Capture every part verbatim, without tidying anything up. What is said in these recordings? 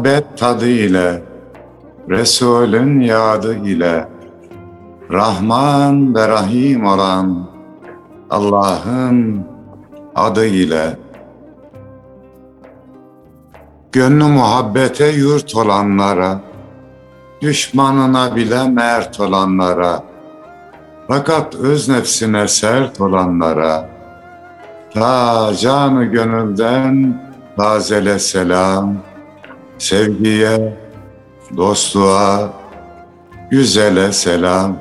muhabbet tadı ile, Resulün yadı ile, Rahman ve Rahim olan Allah'ın adı ile, gönlü muhabbete yurt olanlara, düşmanına bile mert olanlara, fakat öz nefsine sert olanlara, ta canı gönülden tazele selam, sevgiye, dostluğa, güzele selam.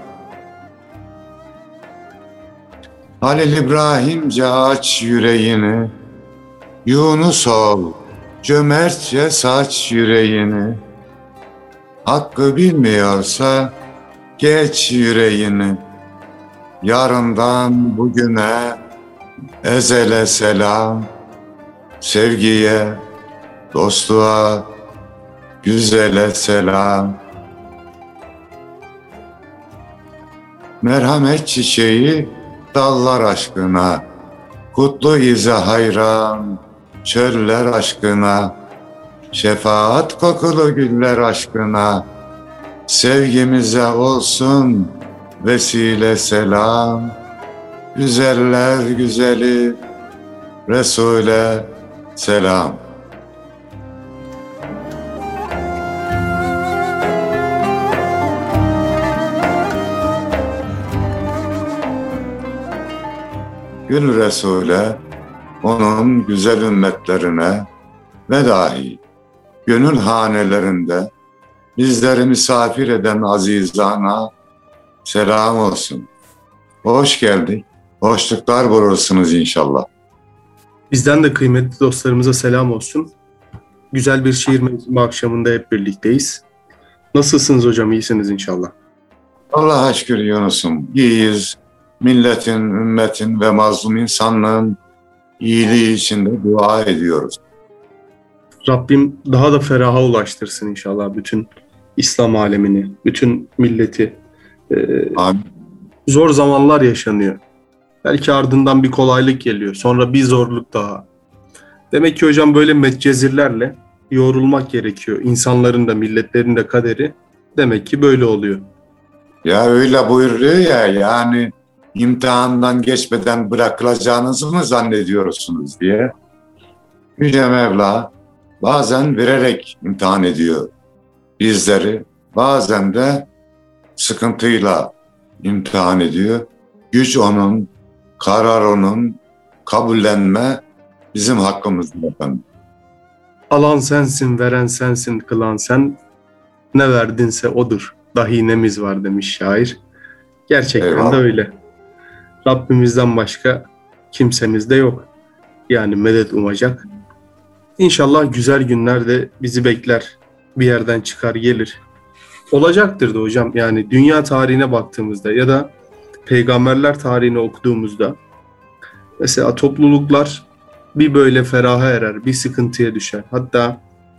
Halil İbrahimce aç yüreğini, Yunus ol, cömertçe saç yüreğini, hakkı bilmiyorsa geç yüreğini, yarından bugüne ezele selam, sevgiye, dostluğa, güzele selam. Merhamet çiçeği dallar aşkına, kutlu ize hayran çöller aşkına, şefaat kokulu güller aşkına, sevgimize olsun vesile selam, güzeller güzeli Resul'e selam. Gül Resul'e, onun güzel ümmetlerine ve dahi gönül hanelerinde bizleri misafir eden azizana selam olsun. Hoş geldik, hoşluklar bulursunuz inşallah. Bizden de kıymetli dostlarımıza selam olsun. Güzel bir şiir mevsimi akşamında hep birlikteyiz. Nasılsınız hocam? İyisiniz inşallah. Allah'a şükür Yunus'um, iyiyiz. Milletin, ümmetin ve mazlum insanlığın iyiliği için de dua ediyoruz. Rabbim daha da feraha ulaştırsın inşallah bütün İslam alemini, bütün milleti. Ee, Amin. Zor zamanlar yaşanıyor. Belki ardından bir kolaylık geliyor. Sonra bir zorluk daha. Demek ki hocam böyle medcezirlerle yoğrulmak gerekiyor. İnsanların da milletlerin de kaderi demek ki böyle oluyor. Ya öyle buyuruyor ya, yani imtihandan geçmeden bırakılacağınızı mı zannediyorsunuz diye. Yüce Mevla bazen vererek imtihan ediyor bizleri, bazen de sıkıntıyla imtihan ediyor. Güç onun, karar onun, kabullenme bizim hakkımızda efendim. Alan sensin, veren sensin, kılan sen, ne verdinse odur, dahi nemiz var demiş şair. Gerçekten Eyvallah. de öyle. Rabbimizden başka kimsemiz de yok. Yani medet umacak. İnşallah güzel günler de bizi bekler. Bir yerden çıkar gelir. Olacaktır da hocam. Yani dünya tarihine baktığımızda ya da peygamberler tarihini okuduğumuzda mesela topluluklar bir böyle feraha erer, bir sıkıntıya düşer. Hatta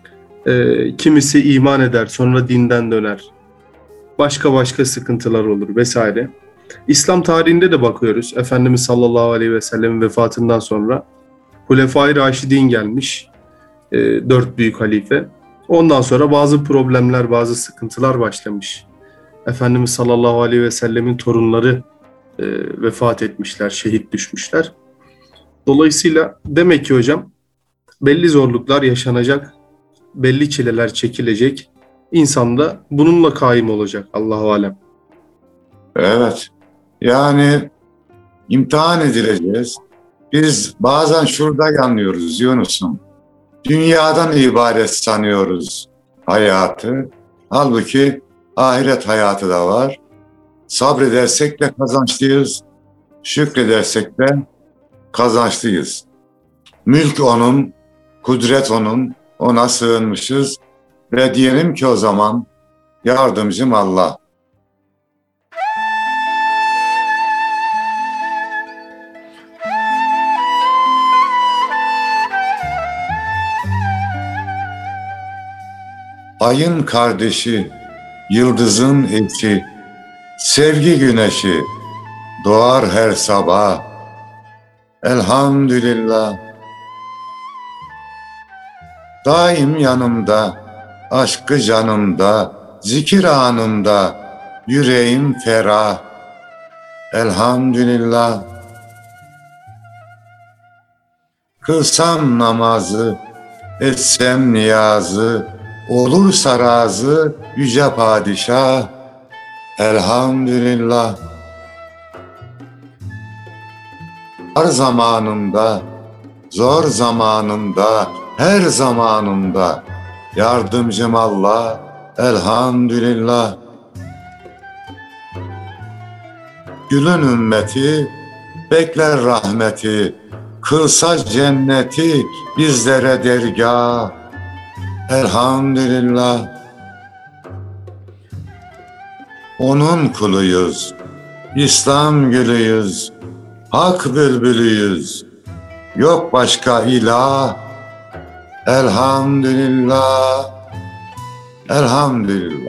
e, kimisi iman eder, sonra dinden döner. Başka başka sıkıntılar olur vesaire. İslam tarihinde de bakıyoruz. Efendimiz sallallahu aleyhi ve sellem'in vefatından sonra Hulefai Raşidin gelmiş. E, dört büyük halife. Ondan sonra bazı problemler, bazı sıkıntılar başlamış. Efendimiz sallallahu aleyhi ve sellemin torunları e, vefat etmişler, şehit düşmüşler. Dolayısıyla demek ki hocam belli zorluklar yaşanacak, belli çileler çekilecek. İnsan da bununla kaim olacak Allahu alem. Evet, yani imtihan edileceğiz. Biz bazen şurada yanlıyoruz Yunus'um. Dünyadan ibaret sanıyoruz hayatı. Halbuki ahiret hayatı da var. Sabredersek de kazançlıyız, şükredersek de kazançlıyız. Mülk onun, kudret onun, ona sığınmışız ve diyelim ki o zaman yardımcım Allah. Ayın kardeşi, yıldızın eşi, sevgi güneşi doğar her sabah. Elhamdülillah. Daim yanımda, aşkı canımda, zikir anımda, yüreğim ferah. Elhamdülillah. Kılsam namazı, etsem niyazı, olursa razı yüce padişah. Elhamdülillah. Her zamanında, zor zamanında, her zamanında yardımcım Allah. Elhamdülillah. Gülün ümmeti bekler rahmeti, kılsa cenneti bizlere dergah. Elhamdülillah. Onun kuluyuz, İslam gülüyüz, hak bülbülüyüz, yok başka ilah. Elhamdülillah, elhamdülillah.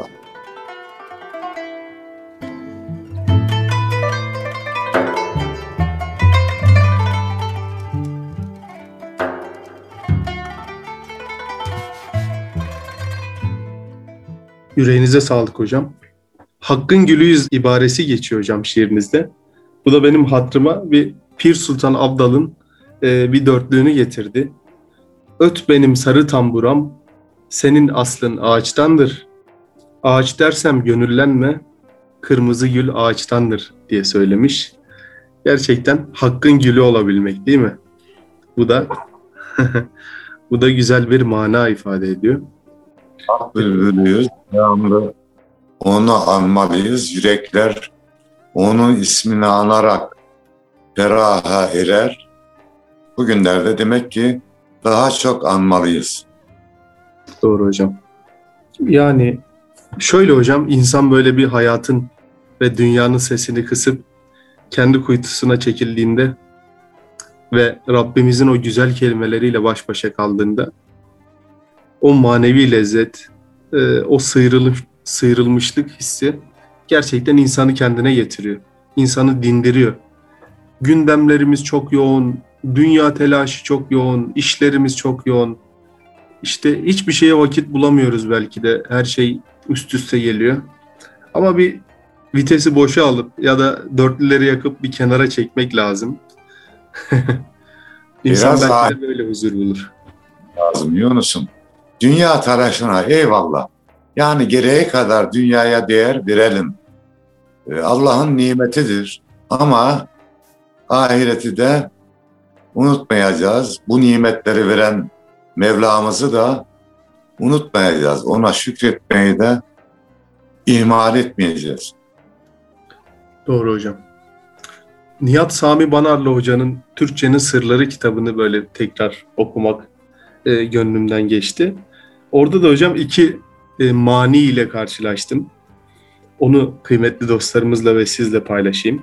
Yüreğinize sağlık hocam. Hakkın gülüyüz ibaresi geçiyor hocam şiirinizde. Bu da benim hatırıma bir Pir Sultan Abdal'ın e, bir dörtlüğünü getirdi. Öt benim sarı tamburam, senin aslın ağaçtandır. Ağaç dersem gönüllenme, kırmızı gül ağaçtandır diye söylemiş. Gerçekten hakkın gülü olabilmek değil mi? Bu da bu da güzel bir mana ifade ediyor. Hak bülbülüyüz, devamlı onu anmalıyız. Yürekler onun ismini anarak feraha erer. Bugünlerde demek ki daha çok anmalıyız. Doğru hocam. Yani şöyle hocam, insan böyle bir hayatın ve dünyanın sesini kısıp kendi kuytusuna çekildiğinde ve Rabbimizin o güzel kelimeleriyle baş başa kaldığında o manevi lezzet, e, o sıyrılmış, sıyrılmışlık hissi gerçekten insanı kendine getiriyor. İnsanı dindiriyor. Gündemlerimiz çok yoğun, dünya telaşı çok yoğun, işlerimiz çok yoğun. İşte hiçbir şeye vakit bulamıyoruz belki de. Her şey üst üste geliyor. Ama bir vitesi boşa alıp ya da dörtlüleri yakıp bir kenara çekmek lazım. İnsan Biraz belki de böyle huzur bulur. Lazım Yunus'um. Dünya telaşına eyvallah. Yani gereği kadar dünyaya değer verelim. Ee, Allah'ın nimetidir. Ama ahireti de unutmayacağız. Bu nimetleri veren Mevlamızı da unutmayacağız. Ona şükretmeyi de ihmal etmeyeceğiz. Doğru hocam. Nihat Sami Banarlı hocanın Türkçenin Sırları kitabını böyle tekrar okumak e, gönlümden geçti. Orada da hocam iki e, mani ile karşılaştım. Onu kıymetli dostlarımızla ve sizle paylaşayım.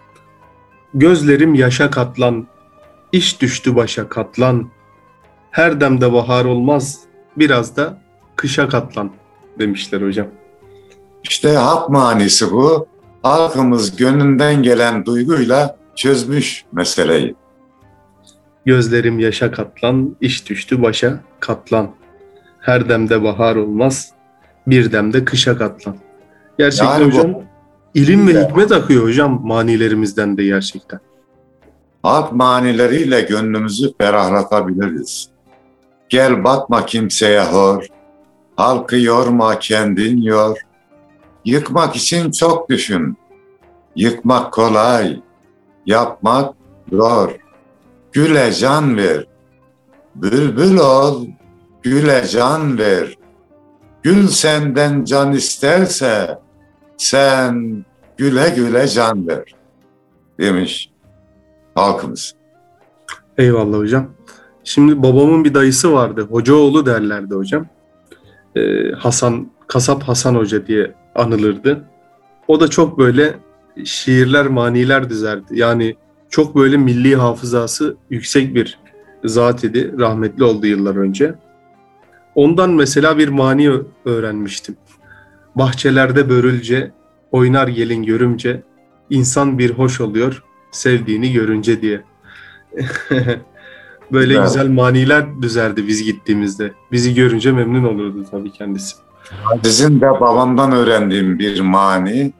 Gözlerim yaşa katlan, iş düştü başa katlan. Her demde bahar olmaz, biraz da kışa katlan demişler hocam. İşte hak manisi bu. Halkımız gönlünden gelen duyguyla çözmüş meseleyi. Gözlerim yaşa katlan, iş düştü başa katlan. Her demde bahar olmaz, bir demde kışa katlan. Gerçekten Yani bu- hocam ilim ve hikmet akıyor hocam manilerimizden de gerçekten. Halk manileriyle gönlümüzü ferahlatabiliriz. Gel bakma kimseye hor, halkı yorma kendin yor. Yıkmak için çok düşün, yıkmak kolay, yapmak zor. Güle can ver, bülbül ol, güle can ver. Gül senden can isterse, sen güle güle can ver demiş halkımız. Eyvallah hocam. Şimdi babamın bir dayısı vardı. Hocaoğlu derlerdi hocam. Ee, Hasan, Kasap Hasan Hoca diye anılırdı. O da çok böyle şiirler, maniler düzerdi. Yani çok böyle milli hafızası yüksek bir zat idi. Rahmetli oldu yıllar önce. Ondan mesela bir mani öğrenmiştim. Bahçelerde börülce, oynar gelin görümce, insan bir hoş oluyor sevdiğini görünce diye. Böyle Evet. güzel maniler düzerdi biz gittiğimizde. Bizi görünce memnun olurdu tabii kendisi. Sizin de babamdan öğrendiğim bir mani,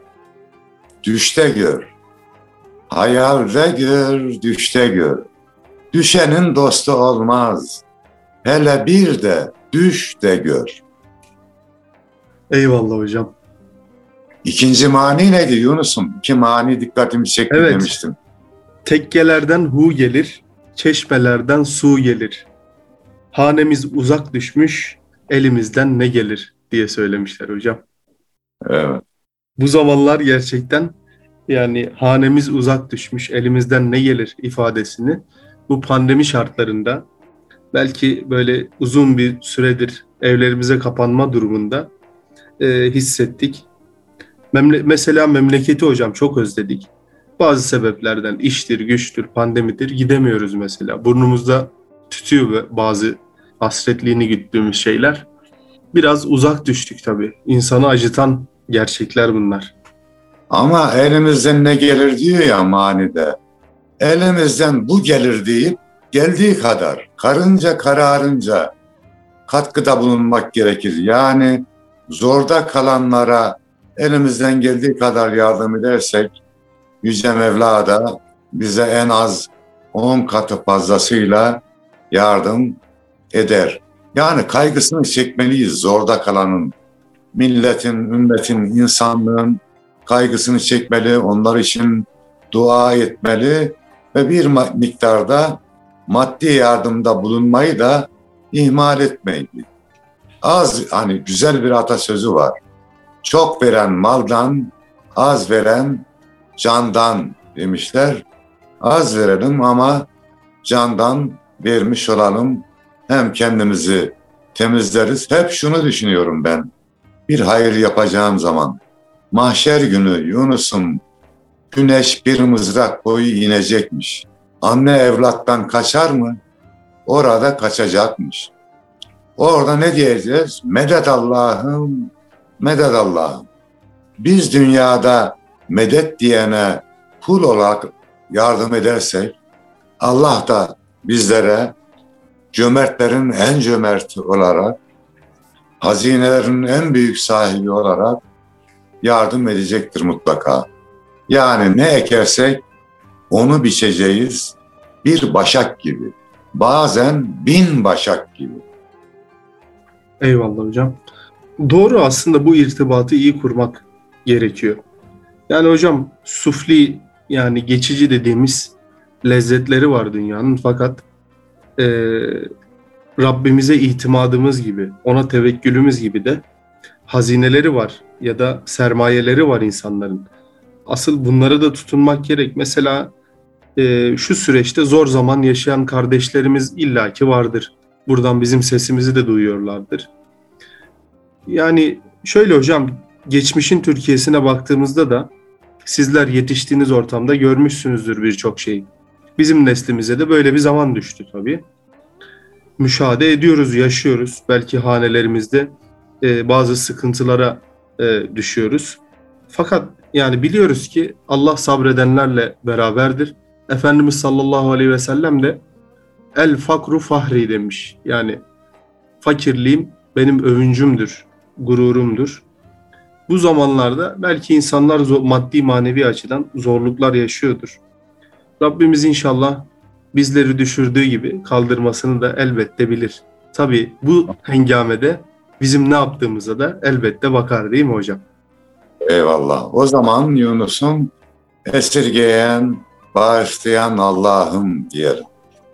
düşte gör, hayalde gör, düşte gör. Düşenin dostu olmaz, hele bir de düş de gör. Eyvallah hocam. İkinci mani neydi Yunus'um? İki mani dikkatimi çekti Evet. demiştim. Tekkelerden hu gelir, çeşmelerden su gelir. Hanemiz uzak düşmüş, elimizden ne gelir diye söylemişler hocam. Evet. Bu zamanlar gerçekten yani hanemiz uzak düşmüş, elimizden ne gelir ifadesini bu pandemi şartlarında belki böyle uzun bir süredir evlerimize kapanma durumunda e, hissettik. Memle- mesela memleketi hocam çok özledik. Bazı sebeplerden iştir, güçtür, pandemidir gidemiyoruz mesela. Burnumuzda tütüyor ve bazı hasretliğini güttüğümüz şeyler. Biraz uzak düştük tabii. İnsanı acıtan gerçekler bunlar. Ama elimizden ne gelir diyor ya manide. Elimizden bu gelir deyip geldiği kadar, karınca kararınca katkıda bulunmak gerekir. Yani zorda kalanlara elimizden geldiği kadar yardım edersek Yüce Mevla da bize en az on katı fazlasıyla yardım eder. Yani kaygısını çekmeliyiz zorda kalanın. Milletin, ümmetin, insanlığın kaygısını çekmeli, onlar için dua etmeli ve bir miktarda maddi yardımda bulunmayı da ihmal etmeyeli. Az, hani güzel bir atasözü var. Çok veren maldan, az veren candan demişler. Az verelim ama candan vermiş olalım. Hem kendimizi temizleriz. Hep şunu düşünüyorum ben. Bir hayır yapacağım zaman. Mahşer günü Yunus'um güneş bir mızrak boyu inecekmiş. Anne evlattan kaçar mı? Orada kaçacakmış. Orada ne diyeceğiz? Medet Allah'ım, medet Allah'ım. Biz dünyada medet diyene kul olarak yardım edersek, Allah da bizlere cömertlerin en cömerti olarak, hazinelerin en büyük sahibi olarak yardım edecektir mutlaka. Yani ne ekersek onu biçeceğiz bir başak gibi. Bazen bin başak gibi. Eyvallah hocam. Doğru, aslında bu irtibatı iyi kurmak gerekiyor. Yani hocam sufli, yani geçici dediğimiz lezzetleri var dünyanın, fakat e, Rabbimize itimadımız gibi, ona tevekkülümüz gibi de hazineleri var ya da sermayeleri var insanların. Asıl bunlara da tutunmak gerek. Mesela e, şu süreçte zor zaman yaşayan kardeşlerimiz illaki vardır. Buradan bizim sesimizi de duyuyorlardır. Yani şöyle hocam, geçmişin Türkiye'sine baktığımızda da sizler yetiştiğiniz ortamda görmüşsünüzdür birçok şeyi. Bizim neslimize de böyle bir zaman düştü tabii. Müşahede ediyoruz, yaşıyoruz. Belki hanelerimizde e, bazı sıkıntılara e, düşüyoruz. Fakat yani biliyoruz ki Allah sabredenlerle beraberdir. Efendimiz sallallahu aleyhi ve sellem de el fakru fahri demiş. Yani fakirliğim benim övüncümdür, gururumdur. Bu zamanlarda belki insanlar zor, maddi manevi açıdan zorluklar yaşıyordur. Rabbimiz inşallah bizleri düşürdüğü gibi kaldırmasını da elbette bilir. Tabii bu hengamede bizim ne yaptığımıza da elbette bakar, değil mi hocam? Eyvallah. O zaman Yunus'un esirgeyen, bağışlayan Allah'ım diyelim.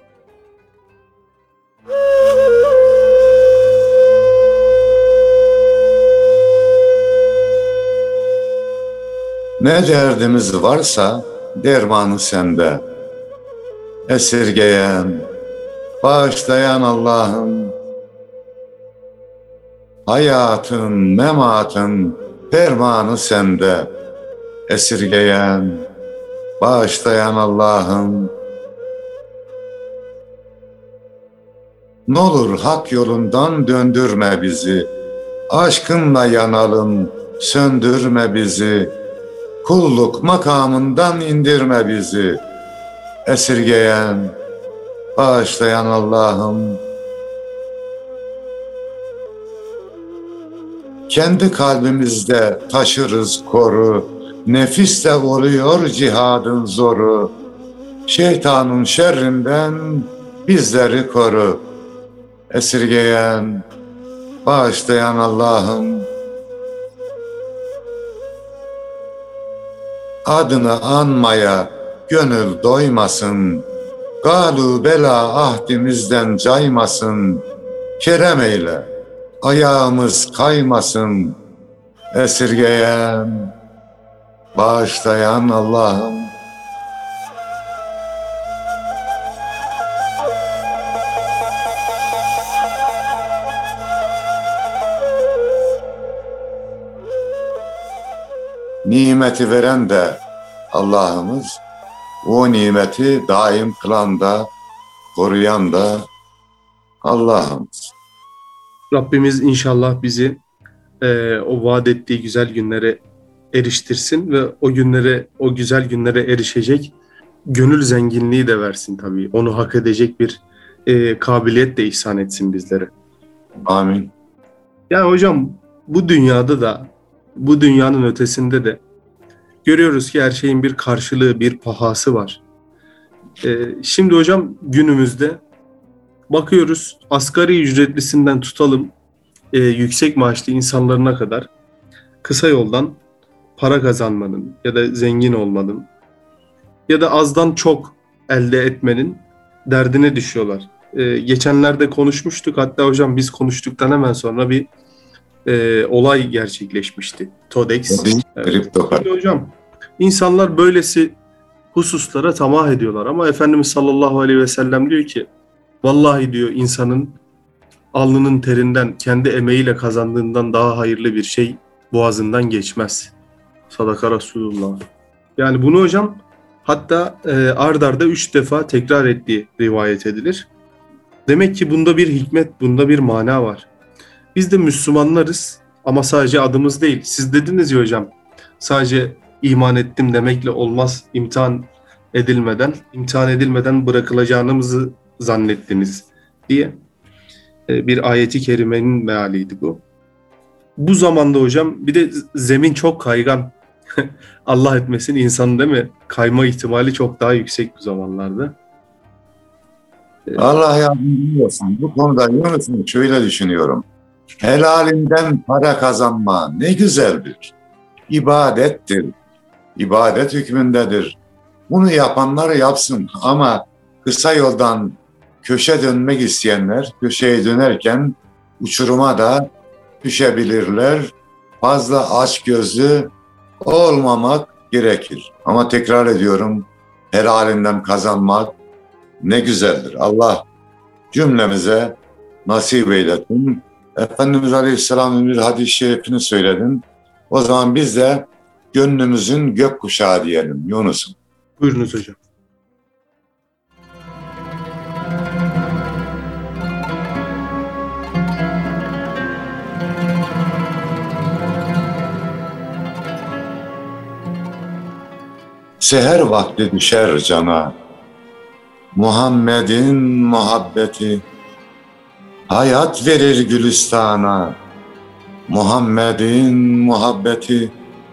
Ne derdimiz varsa dermanı sende. Esirgeyen, bağışlayan Allah'ım. Hayatın, mematın fermanı sende. Esirgeyen, bağışlayan Allah'ım. N'olur hak yolundan döndürme bizi. Aşkınla yanalım, söndürme bizi. Kulluk makamından indirme bizi. Esirgeyen, bağışlayan Allah'ım, kendi kalbimizde taşırız koru, nefisle oluyor cihadın zoru, şeytanın şerrinden bizleri koru. Esirgeyen, bağışlayan Allah'ım, adını anmaya gönül doymasın, galu bela ahdimizden caymasın, kerem eyle, ayağımız kaymasın. Esirgeyen, bağışlayan Allah'ım, nimeti veren de Allah'ımız, o nimeti daim kılan da, koruyan da Allah'ımız. Rabbimiz inşallah bizi e, o vaat ettiği güzel günlere eriştirsin ve o günlere, o güzel günlere erişecek gönül zenginliği de versin tabii. Onu hak edecek bir e, kabiliyet de ihsan etsin bizlere. Amin. Yani hocam, bu dünyada da, bu dünyanın ötesinde de görüyoruz ki her şeyin bir karşılığı, bir pahası var. Ee, şimdi hocam günümüzde bakıyoruz, asgari ücretlisinden tutalım e, yüksek maaşlı insanlarına kadar kısa yoldan para kazanmanın ya da zengin olmanın ya da azdan çok elde etmenin derdine düşüyorlar. Ee, geçenlerde konuşmuştuk, hatta hocam biz konuştuktan hemen sonra bir e, olay gerçekleşmişti. TODEX. Kripto para. Hocam, insanlar böylesi hususlara tamah ediyorlar ama Efendimiz sallallahu aleyhi ve sellem diyor ki, vallahi diyor, insanın alnının terinden, kendi emeğiyle kazandığından daha hayırlı bir şey boğazından geçmez. Sadaka Resulullah. Yani bunu hocam hatta e, ard arda üç defa tekrar ettiği rivayet edilir. Demek ki bunda bir hikmet, bunda bir mana var. Biz de Müslümanlarız ama sadece adımız değil. Siz dediniz ya hocam, sadece iman ettim demekle olmaz, imtihan edilmeden, imtihan edilmeden bırakılacağımızı zannettiniz diye bir ayeti kerimenin mealiydi bu. Bu zamanda hocam bir de zemin çok kaygan. Allah etmesin, insanın değil mi? Kayma ihtimali çok daha yüksek bu zamanlarda. Allah yardımcı olsun. Bu konuda Yunus'un şöyle düşünüyorum. Helalinden para kazanma ne güzeldir. İbadettir. İbadet hükmündedir. Bunu yapanlar yapsın ama kısa yoldan köşe dönmek isteyenler köşeye dönerken uçuruma da düşebilirler. Fazla açgözlü olmamak gerekir. Ama tekrar ediyorum, helalinden kazanmak ne güzeldir. Allah cümlemize nasip eylesin. Efendimiz Aleyhisselam'ın bir hadis-i şerifini söyledin. O zaman biz de gönlümüzün gökkuşağı diyelim Yunus'um. Buyurunuz hocam. Seher vakti düşer cana, Muhammed'in muhabbeti, hayat verir gülistana, Muhammed'in muhabbeti.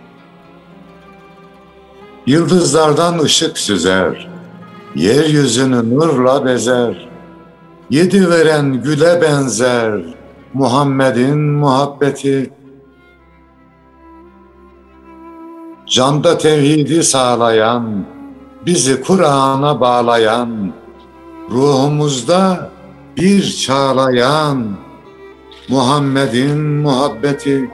Yıldızlardan ışık süzer, yeryüzünü nurla bezer, yedi veren güle benzer, Muhammed'in muhabbeti. Canda tevhidi sağlayan, bizi Kur'an'a bağlayan, ruhumuzda bir çağlayan, Muhammed'in muhabbeti.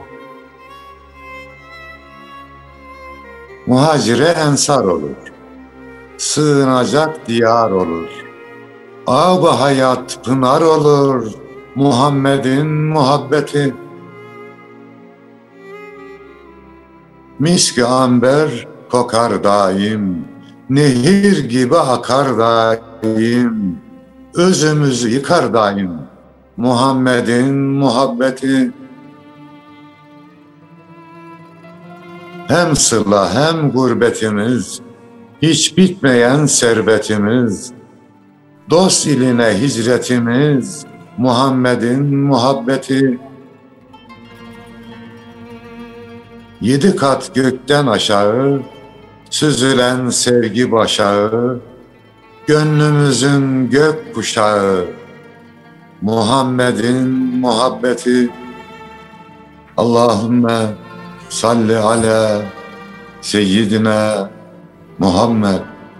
Muhacire ensar olur, sığınacak diyar olur, Âb-ı hayat pınar olur, Muhammed'in muhabbeti. Misk-i amber kokar daim, nehir gibi akar daim, özümüzü yıkar daim, Muhammed'in muhabbeti. Hem sıla hem gurbetimiz, hiç bitmeyen servetimiz, Dost iline hicretimiz, Muhammed'in muhabbeti. Yedi kat gökten aşağı, süzülen sevgi başağı, gönlümüzün gök kuşağı, Muhammed'in muhabbeti. Allahümme salli ala seyyidina Muhammed.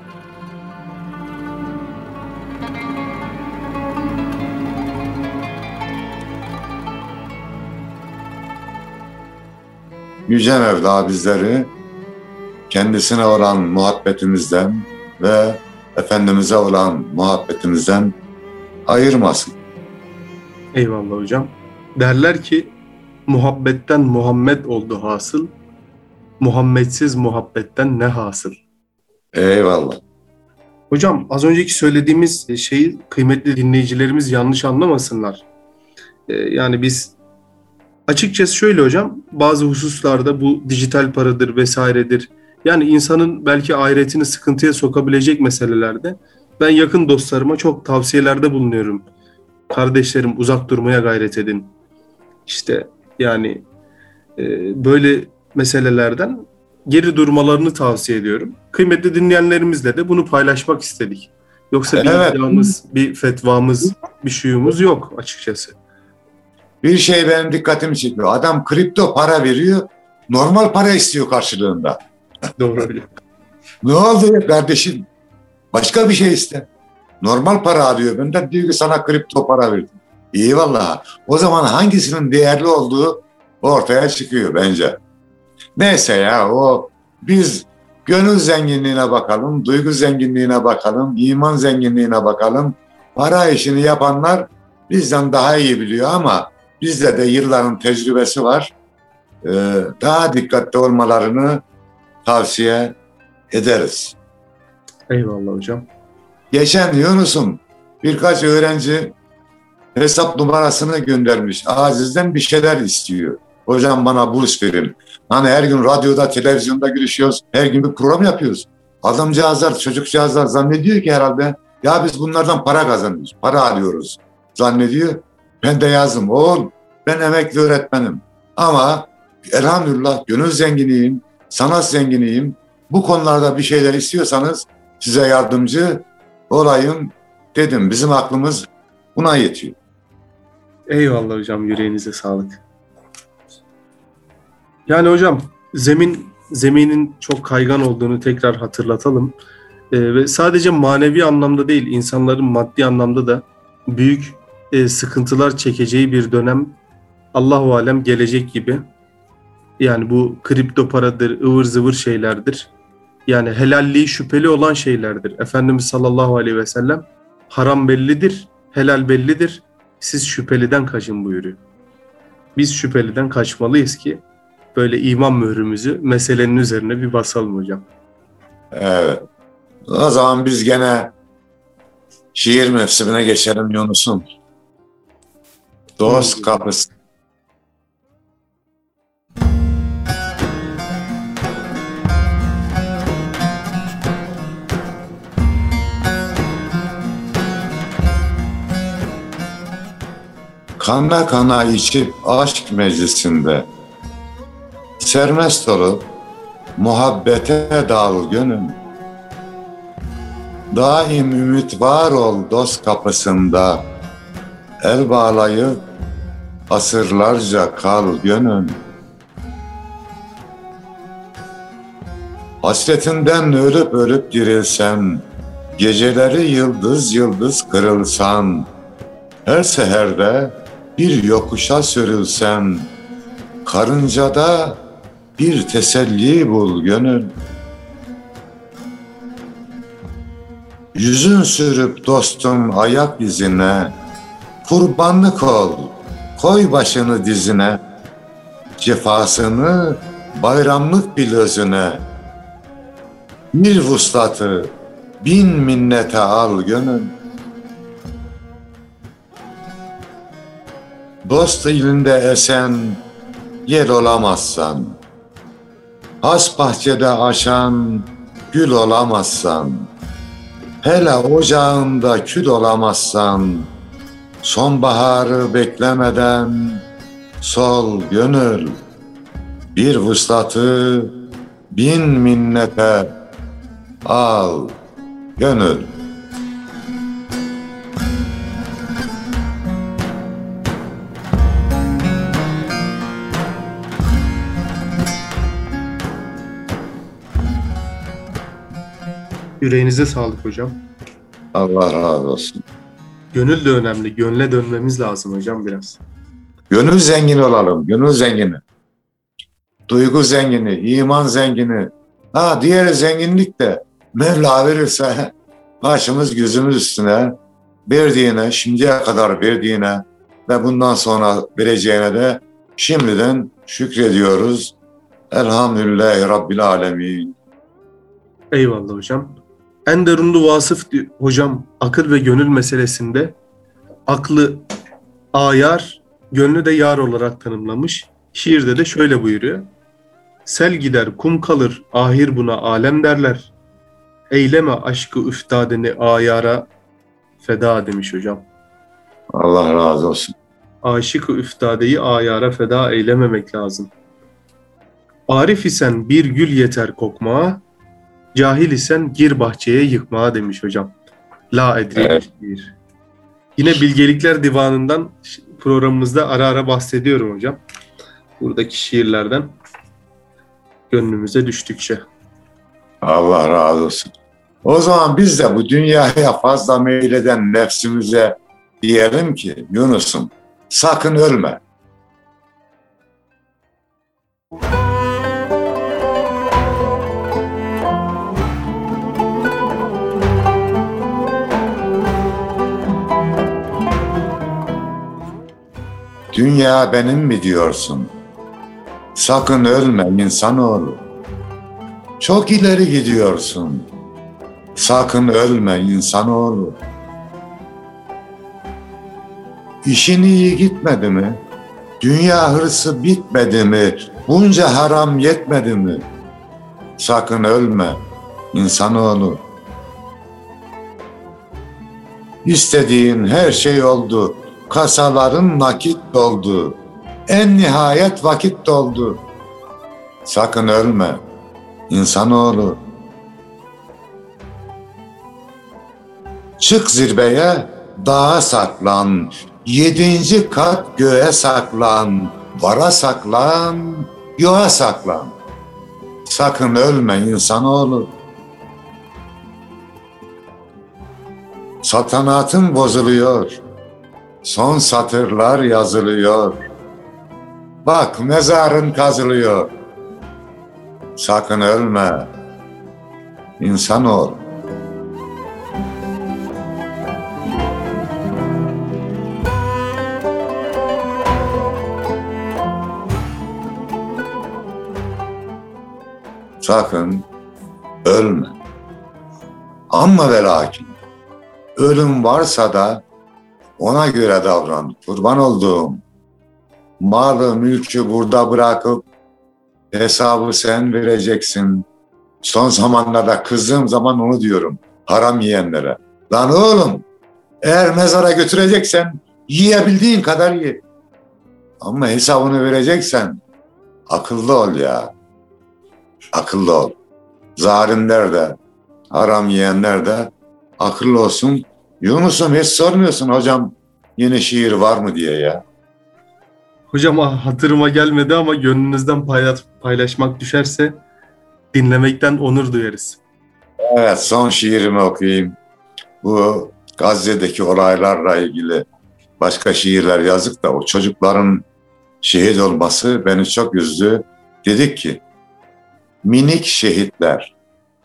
Yüce Mevla bizleri kendisine olan muhabbetimizden ve Efendimiz'e olan muhabbetimizden ayırmasın. Eyvallah hocam. Derler ki muhabbetten Muhammed oldu hasıl, Muhammedsiz muhabbetten ne hasıl? Eyvallah. Hocam az önceki söylediğimiz şeyi kıymetli dinleyicilerimiz yanlış anlamasınlar. Ee, yani biz açıkçası şöyle hocam, bazı hususlarda bu dijital paradır vesairedir. Yani insanın belki ahiretini sıkıntıya sokabilecek meselelerde ben yakın dostlarıma çok tavsiyelerde bulunuyorum. Kardeşlerim uzak durmaya gayret edin. İşte yani e, böyle meselelerden geri durmalarını tavsiye ediyorum. Kıymetli dinleyenlerimizle de bunu paylaşmak istedik. Yoksa bir Evet. iddiamız, bir fetvamız, bir şuyumuz yok açıkçası. Bir şey benim dikkatimi çekiyor. Adam kripto para veriyor, normal para istiyor karşılığında. Doğru öyle. Ne oldu ya kardeşim? Başka bir şey iste. Normal para alıyor benden, diyor ki sana kripto para verdim. İyi vallahi. O zaman hangisinin değerli olduğu ortaya çıkıyor bence. Neyse ya, o biz gönül zenginliğine bakalım, duygu zenginliğine bakalım, iman zenginliğine bakalım. Para işini yapanlar bizden daha iyi biliyor ama bizde de yılların tecrübesi var. Ee, daha dikkatli olmalarını tavsiye ederiz. Eyvallah hocam. Geçen Yunus'um birkaç öğrenci hesap numarasını göndermiş. Acizden bir şeyler istiyor. Hocam bana burs verin. Hani her gün radyoda, televizyonda görüşüyoruz. Her gün bir program yapıyoruz. Adamcağızlar, çocukcağızlar zannediyor ki herhalde ya biz bunlardan para kazanıyoruz, para alıyoruz zannediyor. Ben de yazdım. Oğul ben emekli öğretmenim. Ama elhamdülillah gönül zenginiyim, sanat zenginiyim. Bu konularda bir şeyler istiyorsanız size yardımcı olayım dedim. Bizim aklımız buna yetiyor. Eyvallah hocam, yüreğinize sağlık. Yani hocam zemin zeminin çok kaygan olduğunu tekrar hatırlatalım. Ee, ve sadece manevi anlamda değil, insanların maddi anlamda da büyük e, sıkıntılar çekeceği bir dönem Allahu alem gelecek gibi. Yani bu kripto paradır, ıvır zıvır şeylerdir. Yani helalliği şüpheli olan şeylerdir. Efendimiz sallallahu aleyhi ve sellem haram bellidir, helal bellidir. Siz şüpheliden kaçın buyuruyor. Biz şüpheliden kaçmalıyız ki böyle iman mührümüzü meselenin üzerine bir basalım hocam. Evet. O zaman biz gene şiir mevsimine geçelim Yunus'um. Dost kapısı. Kana kana içip aşk meclisinde sermest olup muhabbete dal gönül. Daim ümit var ol dost kapısında, el bağlayıp asırlarca kal gönül. Hasretinden ölüp ölüp dirilsen, geceleri yıldız yıldız kırılsan, her seherde bir yokuşa sürülsen, karıncada bir teselli bul gönül. Yüzün sürüp dostum ayak izine, kurbanlık ol, koy başını dizine, cefasını bayramlık bil özüne. Bir vuslatı bin minnete al gönül. Dost ilinde esen yel olamazsan, has bahçede aşan gül olamazsan, Hele ocağında kül olamazsan, sonbaharı beklemeden sol gönül, bir vuslatı bin minnete al gönül. Yüreğinize sağlık hocam. Allah razı olsun. Gönül de önemli. Gönle dönmemiz lazım hocam biraz. Gönül zengini olalım, gönül zengini. Duygu zengini, iman zengini. Ha diğer zenginlik de Mevla verirse başımız gözümüz üstüne, verdiğine, şimdiye kadar verdiğine ve bundan sonra vereceğine de şimdiden şükrediyoruz. Elhamdülillahi Rabbil Alemin. Eyvallah hocam. Enderunlu Vasıf di- hocam akıl ve gönül meselesinde aklı ayar, gönlü de yar olarak tanımlamış. Şiirde de şöyle buyuruyor. Sel gider kum kalır ahir buna alem derler. Eyleme aşkı üftadeni ayara feda demiş hocam. Allah razı olsun. Aşık-ı üftadeyi ayara feda eylememek lazım. Arif isen bir gül yeter kokmaya, cahil isen gir bahçeye yıkmaya demiş hocam. La edri Evet. şiir. Yine Bilgelikler Divanı'ndan programımızda ara ara bahsediyorum hocam. Buradaki şiirlerden gönlümüze düştükçe. Allah razı olsun. O zaman biz de bu dünyaya fazla meyleden nefsimize diyelim ki Yunus'um sakın ölme. Dünya benim mi diyorsun? Sakın ölme insanoğlu. Çok ileri gidiyorsun. Sakın ölme insanoğlu. İşin iyi gitmedi mi? Dünya hırsı bitmedi mi? Bunca haram yetmedi mi? Sakın ölme insanoğlu. İstediğin her şey oldu. Kasaların nakit doldu. En nihayet vakit doldu. Sakın ölme insanoğlu. Çık zirveye, dağa saklan. Yedinci kat göğe saklan. Vara saklan, yoğa saklan. Sakın ölme insanoğlu. Saltanatın bozuluyor. Son satırlar yazılıyor. Bak mezarın kazılıyor. Sakın ölme insanoğlu. Sakın ölme. Ama ve lakin ölüm varsa da ona göre davran. Kurban olduğum. Malı mülkü burada bırakıp hesabı sen vereceksin. Son zamanlarda kızdığım zaman onu diyorum haram yiyenlere. Lan oğlum eğer mezara götüreceksen yiyebildiğin kadar ye. Ama hesabını vereceksen akıllı ol ya. Akıllı ol. Zalimler de, haram yiyenler de akıllı olsun. Yunus'um hiç sormuyorsun hocam yeni şiir var mı diye ya. Hocam hatırıma gelmedi ama gönlünüzden paylaş, paylaşmak düşerse dinlemekten onur duyarız. Evet son şiirimi okuyayım. Bu Gazze'deki olaylarla ilgili başka şiirler yazdık da o çocukların şehit olması beni çok üzdü. Dedik ki minik şehitler.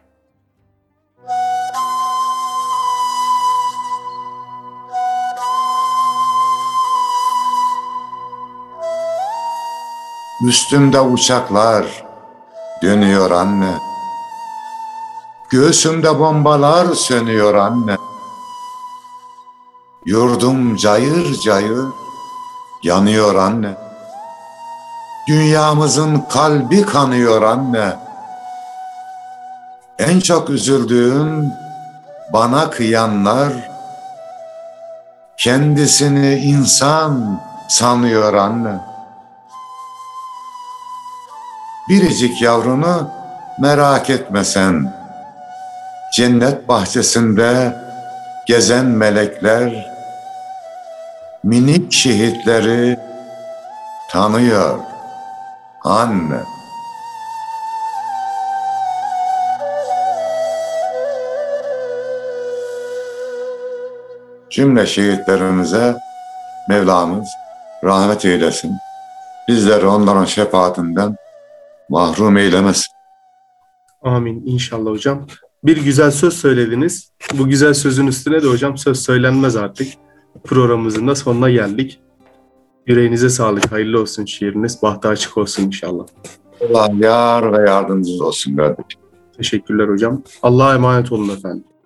Üstümde uçaklar dönüyor anne. Göğsümde bombalar sönüyor anne. Yurdum cayır cayır yanıyor anne. Dünyamızın kalbi kanıyor anne. En çok üzüldüğüm bana kıyanlar kendisini insan sanıyor anne. Biricik yavrunu merak etme sen. Cennet bahçesinde gezen melekler minik şehitleri tanıyor anne. Cümle şehitlerimize Mevlamız rahmet eylesin. Bizleri onların şefaatinden mahrum eylemesin. Amin inşallah hocam. Bir güzel söz söylediniz. Bu güzel sözün üstüne de hocam söz söylenmez artık. Programımızın da sonuna geldik. Yüreğinize sağlık. Hayırlı olsun şiiriniz. Bahtı açık olsun inşallah. Allah yar ve yardımcınız olsun kardeşim. Teşekkürler hocam. Allah'a emanet olun efendim.